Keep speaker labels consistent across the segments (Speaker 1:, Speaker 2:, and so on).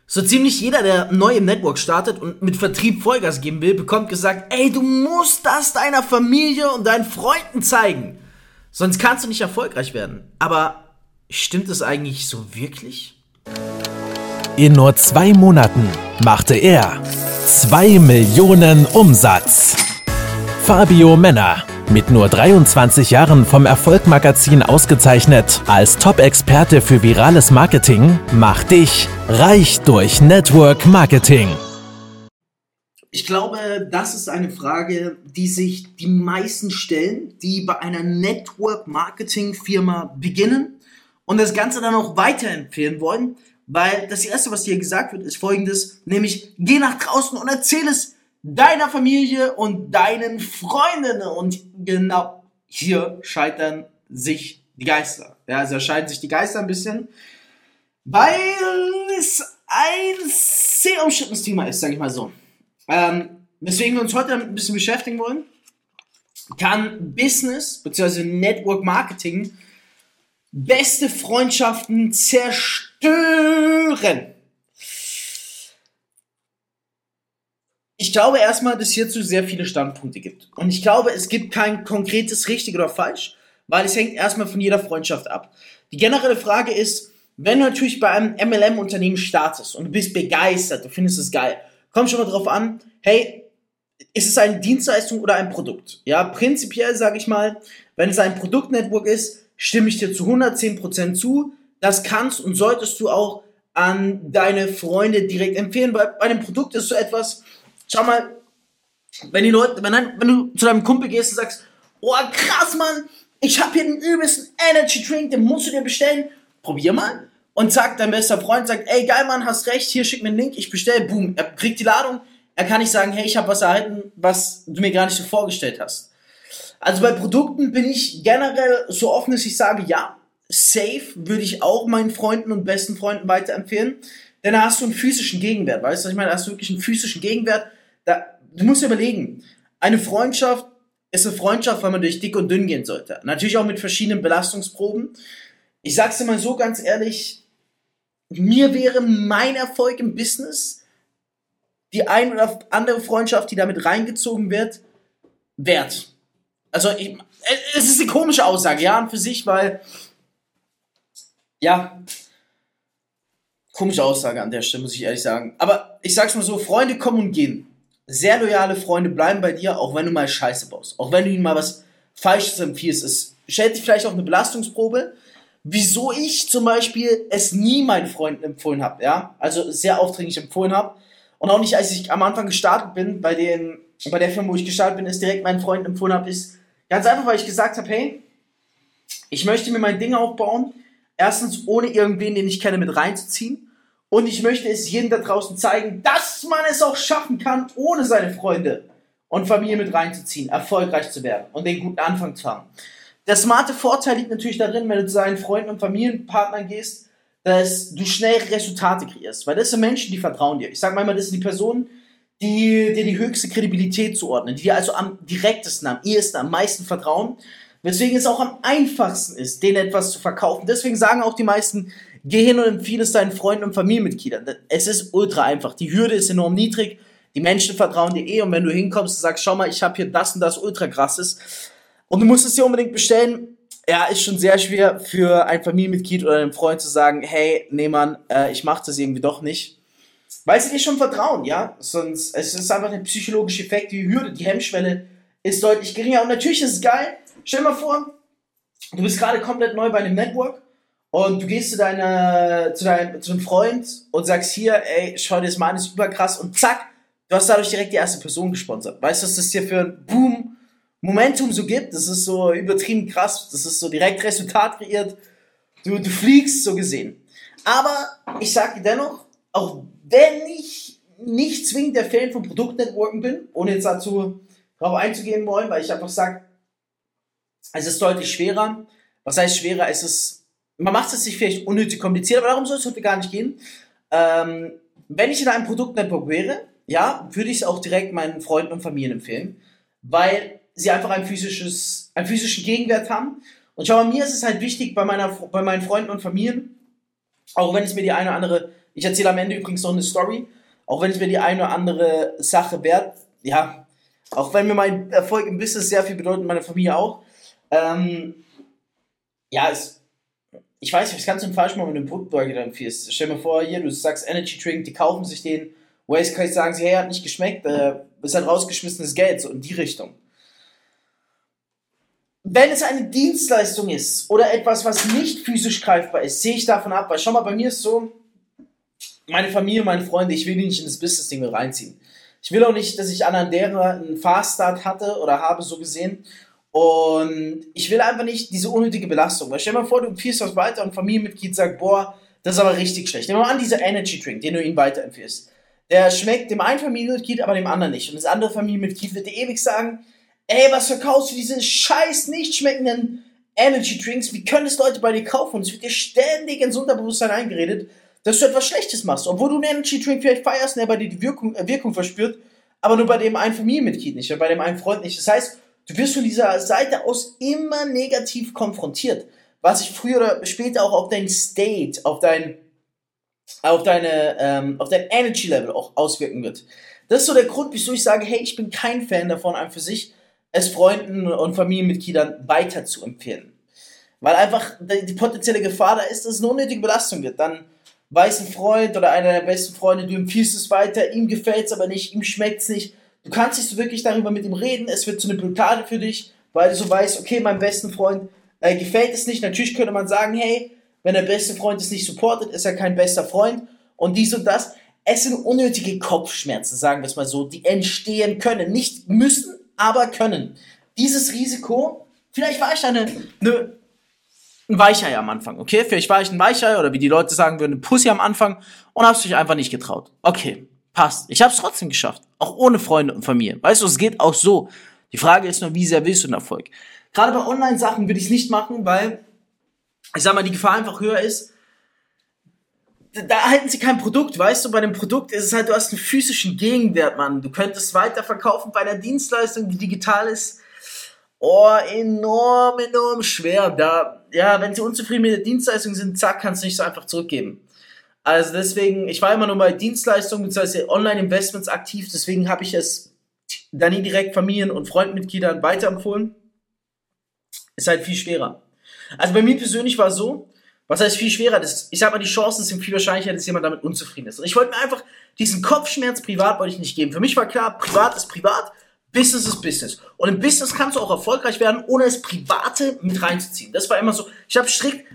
Speaker 1: So ziemlich jeder, der neu im Network startet und mit Vertrieb Vollgas geben will, bekommt gesagt, ey, du musst das deiner Familie und deinen Freunden zeigen. Sonst kannst du nicht erfolgreich werden. Aber stimmt es eigentlich so wirklich?
Speaker 2: In nur 2 Monaten machte er 2 Millionen Umsatz. Fabio Männer, mit nur 23 Jahren vom Erfolg-Magazin ausgezeichnet als Top-Experte für virales Marketing, macht dich reich durch Network Marketing.
Speaker 1: Ich glaube, das ist eine Frage, die sich die meisten stellen, die bei einer Network-Marketing-Firma beginnen und das Ganze dann auch weiterempfehlen wollen, weil das Erste, was hier gesagt wird, ist Folgendes, nämlich geh nach draußen und erzähl es deiner Familie und deinen Freundinnen. Und genau hier scheitern sich die Geister. Ja, also scheiden sich die Geister ein bisschen, weil es ein sehr umstrittenes Thema ist, sage ich mal so. Weswegen wir uns heute damit ein bisschen beschäftigen wollen, kann Business bzw. Network Marketing beste Freundschaften zerstören. Ich glaube erstmal, dass es hierzu sehr viele Standpunkte gibt. Und ich glaube, es gibt kein konkretes richtig oder falsch, weil es hängt erstmal von jeder Freundschaft ab. Die generelle Frage ist, wenn du natürlich bei einem MLM-Unternehmen startest und du bist begeistert, du findest es geil, kommt schon mal drauf an, hey, ist es eine Dienstleistung oder ein Produkt? Ja, prinzipiell sage ich mal, wenn es ein Produktnetwork ist, stimme ich dir zu 110% zu. Das kannst und solltest du auch an deine Freunde direkt empfehlen, weil bei einem Produkt ist so etwas, schau mal, wenn du zu deinem Kumpel gehst und sagst, oh krass, Mann, ich habe hier den übelsten Energy Drink, den musst du dir bestellen, probier mal. Und sagt dein bester Freund, sagt, ey geil, Mann, hast recht, hier schick mir einen Link, ich bestell, boom, er kriegt die Ladung, er kann nicht sagen, hey, ich habe was erhalten, was du mir gar nicht so vorgestellt hast. Also bei Produkten bin ich generell so offen, dass ich sage, ja, safe würde ich auch meinen Freunden und besten Freunden weiterempfehlen, denn da hast du einen physischen Gegenwert, weißt du, ich meine, da hast du wirklich einen physischen Gegenwert. Du musst dir überlegen, eine Freundschaft ist eine Freundschaft, weil man durch dick und dünn gehen sollte. Natürlich auch mit verschiedenen Belastungsproben. Ich sag's dir mal so ganz ehrlich, mir wäre mein Erfolg im Business, die ein oder andere Freundschaft, die damit reingezogen wird, wert. Also, es ist eine komische Aussage, ja, für sich, weil, ja, komische Aussage an der Stelle, muss ich ehrlich sagen. Aber ich sag's mal so, Freunde kommen und gehen. Sehr loyale Freunde bleiben bei dir, auch wenn du mal Scheiße baust. Auch wenn du ihnen mal was Falsches empfiehlst. Es stellt sich vielleicht auch eine Belastungsprobe, wieso ich zum Beispiel es nie meinen Freunden empfohlen habe, ja. Also sehr aufdringlich empfohlen habe. Und auch nicht, als ich am Anfang gestartet bin, bei der Firma, wo ich gestartet bin, ist direkt meinen Freunden empfohlen habe, ist ganz einfach, weil ich gesagt habe, hey, ich möchte mir mein Ding aufbauen. Erstens, ohne irgendwen, den ich kenne, mit reinzuziehen. Und ich möchte es jedem da draußen zeigen, dass man es auch schaffen kann, ohne seine Freunde und Familie mit reinzuziehen, erfolgreich zu werden und den guten Anfang zu haben. Der smarte Vorteil liegt natürlich darin, wenn du zu deinen Freunden und Familienpartnern gehst, dass du schnell Resultate kreierst. Weil das sind Menschen, die vertrauen dir. Ich sage manchmal, das sind die Personen, die dir die höchste Kredibilität zuordnen, die dir also am direktesten, am ehesten, am meisten vertrauen. Weswegen es auch am einfachsten ist, denen etwas zu verkaufen. Deswegen sagen auch die meisten, geh hin und empfehle es deinen Freunden und Familienmitgliedern. Es ist ultra einfach. Die Hürde ist enorm niedrig. Die Menschen vertrauen dir eh. Und wenn du hinkommst und sagst, schau mal, ich habe hier das und das ultra krasses und du musst es dir unbedingt bestellen, ja, ist schon sehr schwer für ein Familienmitglied oder einen Freund zu sagen, hey, nee Mann, ich mach das irgendwie doch nicht. Weil sie dir schon vertrauen, ja. Sonst, es ist einfach ein psychologischer Effekt. Die Hürde, die Hemmschwelle ist deutlich geringer. Und natürlich ist es geil. Stell dir mal vor, du bist gerade komplett neu bei einem Network und du gehst zu einem Freund und sagst hier, ey, schau dir das mal an, das ist überkrass und zack, du hast dadurch direkt die erste Person gesponsert. Weißt du, was das hier für ein Boom Momentum so gibt? Das ist so übertrieben krass, das ist so direkt Resultat kreiert. Du fliegst so gesehen. Aber ich sag dir dennoch, auch wenn ich nicht zwingend der Fan von Produktnetworken bin, ohne jetzt dazu drauf einzugehen wollen, weil ich einfach sage, es ist deutlich schwerer. Was heißt schwerer? Man macht es sich vielleicht unnötig kompliziert, aber darum soll es heute gar nicht gehen. Wenn ich in einem Produktnetwork wäre, ja, würde ich es auch direkt meinen Freunden und Familien empfehlen, weil sie einfach einen physischen Gegenwert haben. Und schau mal, mir ist es halt wichtig bei meinen Freunden und Familien, auch wenn es mir die eine oder andere Ich erzähle am Ende übrigens noch eine Story, auch wenn es mir die eine oder andere Sache wert, ja, auch wenn mir mein Erfolg im Business sehr viel bedeutet, meine Familie auch. Ja, ich weiß nicht, was kannst du denn falsch machen, wenn du einen Produktburger dann empfiehlst? Stell dir mal vor, hier, du sagst Energy Drink, die kaufen sich den, Waze kann ich sagen, hey, hat nicht geschmeckt, ist halt rausgeschmissenes Geld, so in die Richtung. Wenn es eine Dienstleistung ist oder etwas, was nicht physisch greifbar ist, sehe ich davon ab, weil schau mal, bei mir ist so, meine Familie, meine Freunde, ich will die nicht in das Business-Ding mit reinziehen. Ich will auch nicht, dass ich an derer einen Fast-Start hatte oder habe, so gesehen. Und ich will einfach nicht diese unnötige Belastung. Weil stell dir mal vor, du empfiehlst was weiter und ein Familienmitglied sagt, boah, das ist aber richtig schlecht. Nimm mal an, dieser Energy Drink, den du ihm weiterempfiehlst. Der schmeckt dem einen Familienmitglied, aber dem anderen nicht. Und das andere Familienmitglied wird dir ewig sagen, ey, was verkaufst du diese scheiß nicht schmeckenden Energy Drinks? Wie können es Leute bei dir kaufen? Und es wird dir ständig ins Unterbewusstsein eingeredet, dass du etwas Schlechtes machst. Obwohl du einen Energy Drink vielleicht feierst und er bei dir die Wirkung verspürt, aber nur bei dem einen Familienmitglied nicht, oder bei dem einen Freund nicht. Das heißt, du wirst von dieser Seite aus immer negativ konfrontiert, was sich früher oder später auch auf dein State, auf dein Energy Level auch auswirken wird. Das ist so der Grund, wieso ich sage, hey, ich bin kein Fan davon, an für sich es Freunden und Familienmitgliedern weiter zu empfehlen. Weil einfach die potenzielle Gefahr da ist, dass es eine unnötige Belastung wird. Dann weiß ein Freund oder einer der besten Freunde, du empfiehlst es weiter, ihm gefällt es aber nicht, ihm schmeckt es nicht. Du kannst nicht so wirklich darüber mit ihm reden, es wird so eine Blockade für dich, weil du so weißt, okay, meinem besten Freund gefällt es nicht. Natürlich könnte man sagen, hey, wenn der beste Freund es nicht supportet, ist er kein bester Freund und dies und das. Es sind unnötige Kopfschmerzen, sagen wir es mal so, die entstehen können. Nicht müssen, aber können. Dieses Risiko, vielleicht war ich ein Weichei am Anfang, okay? Vielleicht war ich ein Weichei oder wie die Leute sagen würden, eine Pussy am Anfang und hab's mich einfach nicht getraut. Okay, passt. Ich hab's trotzdem geschafft. Auch ohne Freunde und Familie. Weißt du, es geht auch so. Die Frage ist nur, wie sehr willst du den Erfolg? Gerade bei Online-Sachen würde ich es nicht machen, weil, ich sag mal, die Gefahr einfach höher ist. Da halten sie kein Produkt, weißt du, bei dem Produkt ist es halt, du hast einen physischen Gegenwert, Mann. Du könntest weiterverkaufen bei einer Dienstleistung, die digital ist. Oh, enorm schwer. Wenn sie unzufrieden mit der Dienstleistung sind, zack, kannst du nicht so einfach zurückgeben. Also deswegen, ich war immer nur bei Dienstleistungen bzw. Online-Investments aktiv, deswegen habe ich es dann nie direkt Familien- und Freundmitgliedern weiterempfohlen. Ist halt viel schwerer. Also bei mir persönlich war es so, was heißt viel schwerer? Ich sag mal, die Chancen sind viel wahrscheinlicher, dass jemand damit unzufrieden ist. Und ich wollte mir einfach diesen Kopfschmerz privat wollte ich nicht geben. Für mich war klar, privat ist privat, Business ist Business. Und im Business kannst du auch erfolgreich werden, ohne das Private mit reinzuziehen. Das war immer so. Ich habe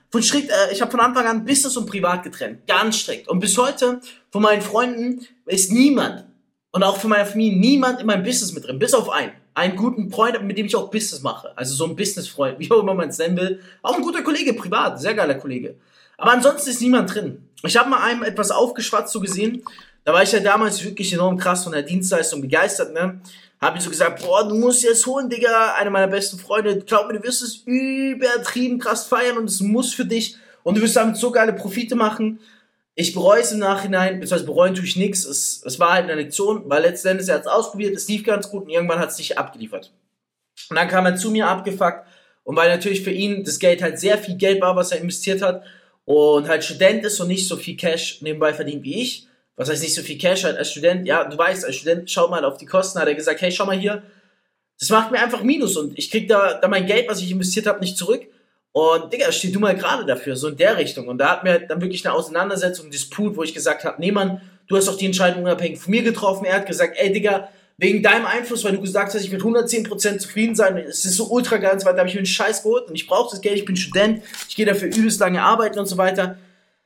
Speaker 1: von Anfang an Business und Privat getrennt. Ganz strikt. Und bis heute, von meinen Freunden, ist niemand, und auch von meiner Familie, niemand in meinem Business mit drin. Bis auf einen guten Freund, mit dem ich auch Business mache. Also so ein Business-Freund, wie auch immer man es nennen will. Auch ein guter Kollege, privat, sehr geiler Kollege. Aber ansonsten ist niemand drin. Ich habe mal einem etwas aufgeschwatzt so gesehen. Da war ich ja damals wirklich enorm krass von der Dienstleistung begeistert, ne? Hab ich so gesagt, boah, du musst jetzt holen, Digga, einer meiner besten Freunde. Glaub mir, du wirst es übertrieben krass feiern und es muss für dich. Und du wirst damit so geile Profite machen. Ich bereue es im Nachhinein, beziehungsweise bereuen tue ich nichts. Es war halt eine Lektion, weil letztendlich er hat es ausprobiert, es lief ganz gut und irgendwann hat es sich abgeliefert. Und dann kam er zu mir abgefuckt und weil natürlich für ihn das Geld halt sehr viel Geld war, was er investiert hat und halt Student ist und nicht so viel Cash nebenbei verdient wie ich. Was heißt nicht so viel Cash halt als Student? Ja, du weißt, als Student, schau mal auf die Kosten, hat er gesagt, hey, schau mal hier, das macht mir einfach Minus und ich krieg da mein Geld, was ich investiert habe, nicht zurück. Und Digga, steh du mal gerade dafür, so in der Richtung. Und da hat mir dann wirklich eine Auseinandersetzung, ein Disput, wo ich gesagt habe, nee Mann, du hast doch die Entscheidung unabhängig von mir getroffen. Er hat gesagt, ey Digga, wegen deinem Einfluss, weil du gesagt hast, ich will 110% zufrieden sein, es ist so ultra geil und so weiter, habe ich mir einen Scheiß geholt und ich brauche das Geld, ich bin Student, ich gehe dafür übelst lange arbeiten und so weiter.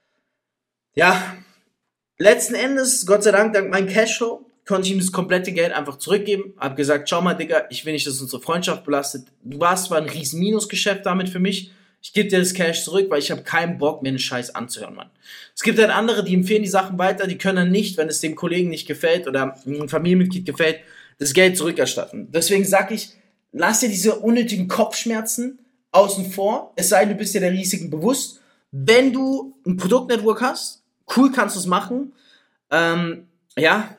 Speaker 1: Ja, letzten Endes, Gott sei Dank, dank meinem Cashflow, konnte ich ihm das komplette Geld einfach zurückgeben. Hab gesagt, schau mal, Digga, ich will nicht, dass unsere Freundschaft belastet. Du warst zwar ein riesen Minusgeschäft damit für mich, ich gebe dir das Cash zurück, weil ich habe keinen Bock, mir einen Scheiß anzuhören, Mann. Es gibt halt andere, die empfehlen die Sachen weiter, die können dann nicht, wenn es dem Kollegen nicht gefällt oder einem Familienmitglied gefällt, das Geld zurückerstatten. Deswegen sag ich, lass dir diese unnötigen Kopfschmerzen außen vor, es sei denn, du bist dir der Risiken bewusst. Wenn du ein Produktnetwork hast, cool, kannst du es machen. Ja,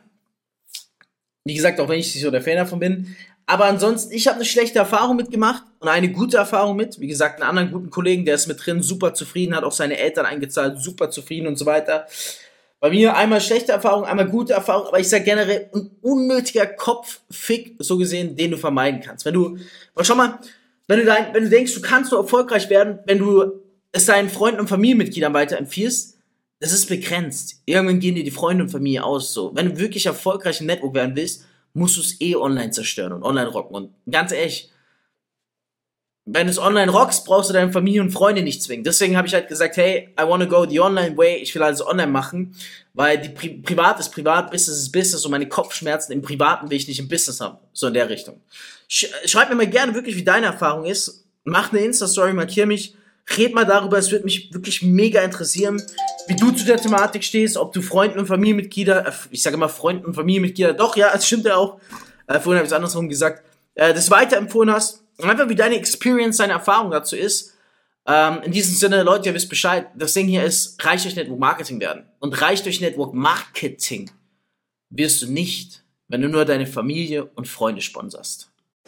Speaker 1: wie gesagt, auch wenn ich nicht so der Fan davon bin. Aber ansonsten, ich habe eine schlechte Erfahrung mitgemacht und eine gute Erfahrung mit. Wie gesagt, einen anderen guten Kollegen, der ist mit drin, super zufrieden, hat auch seine Eltern eingezahlt, super zufrieden und so weiter. Bei mir einmal schlechte Erfahrung, einmal gute Erfahrung, aber ich sage generell ein unnötiger Kopffick, so gesehen, den du vermeiden kannst. Schau mal, wenn du denkst, du kannst nur erfolgreich werden, wenn du es deinen Freunden und Familienmitgliedern weiterempfiehlst, das ist begrenzt. Irgendwann gehen dir die Freunde und Familie aus, so. Wenn du wirklich erfolgreich im Network werden willst, musst du es online zerstören und online rocken. Und ganz ehrlich, wenn du es online rockst, brauchst du deine Familie und Freunde nicht zwingen. Deswegen habe ich halt gesagt, hey, I wanna go the online way. Ich will alles online machen, weil privat ist privat, Business ist Business und meine Kopfschmerzen im Privaten will ich nicht im Business haben. So in der Richtung. Schreib mir mal gerne wirklich, wie deine Erfahrung ist. Mach eine Insta-Story, markier mich. Red mal darüber, es würde mich wirklich mega interessieren, wie du zu der Thematik stehst, ob du Freunden und Familienmitglieder, ich sage immer Freunden und Familienmitglieder, doch, ja, es stimmt ja auch, vorhin habe ich es andersrum gesagt, das weiterempfohlen hast, und einfach wie deine Experience, deine Erfahrung dazu ist. In diesem Sinne, Leute, ihr wisst Bescheid, das Ding hier ist, reich durch Network Marketing werden. Und reich durch Network Marketing wirst du nicht, wenn du nur deine Familie und Freunde sponsorst.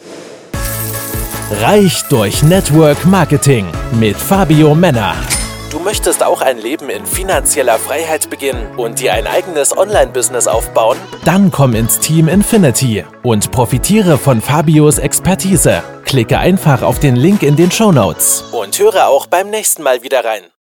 Speaker 2: Reich durch Network Marketing mit Fabio Männer. Du möchtest auch ein Leben in finanzieller Freiheit beginnen und dir ein eigenes Online-Business aufbauen? Dann komm ins Team Infinity und profitiere von Fabios Expertise. Klicke einfach auf den Link in den Shownotes und höre auch beim nächsten Mal wieder rein.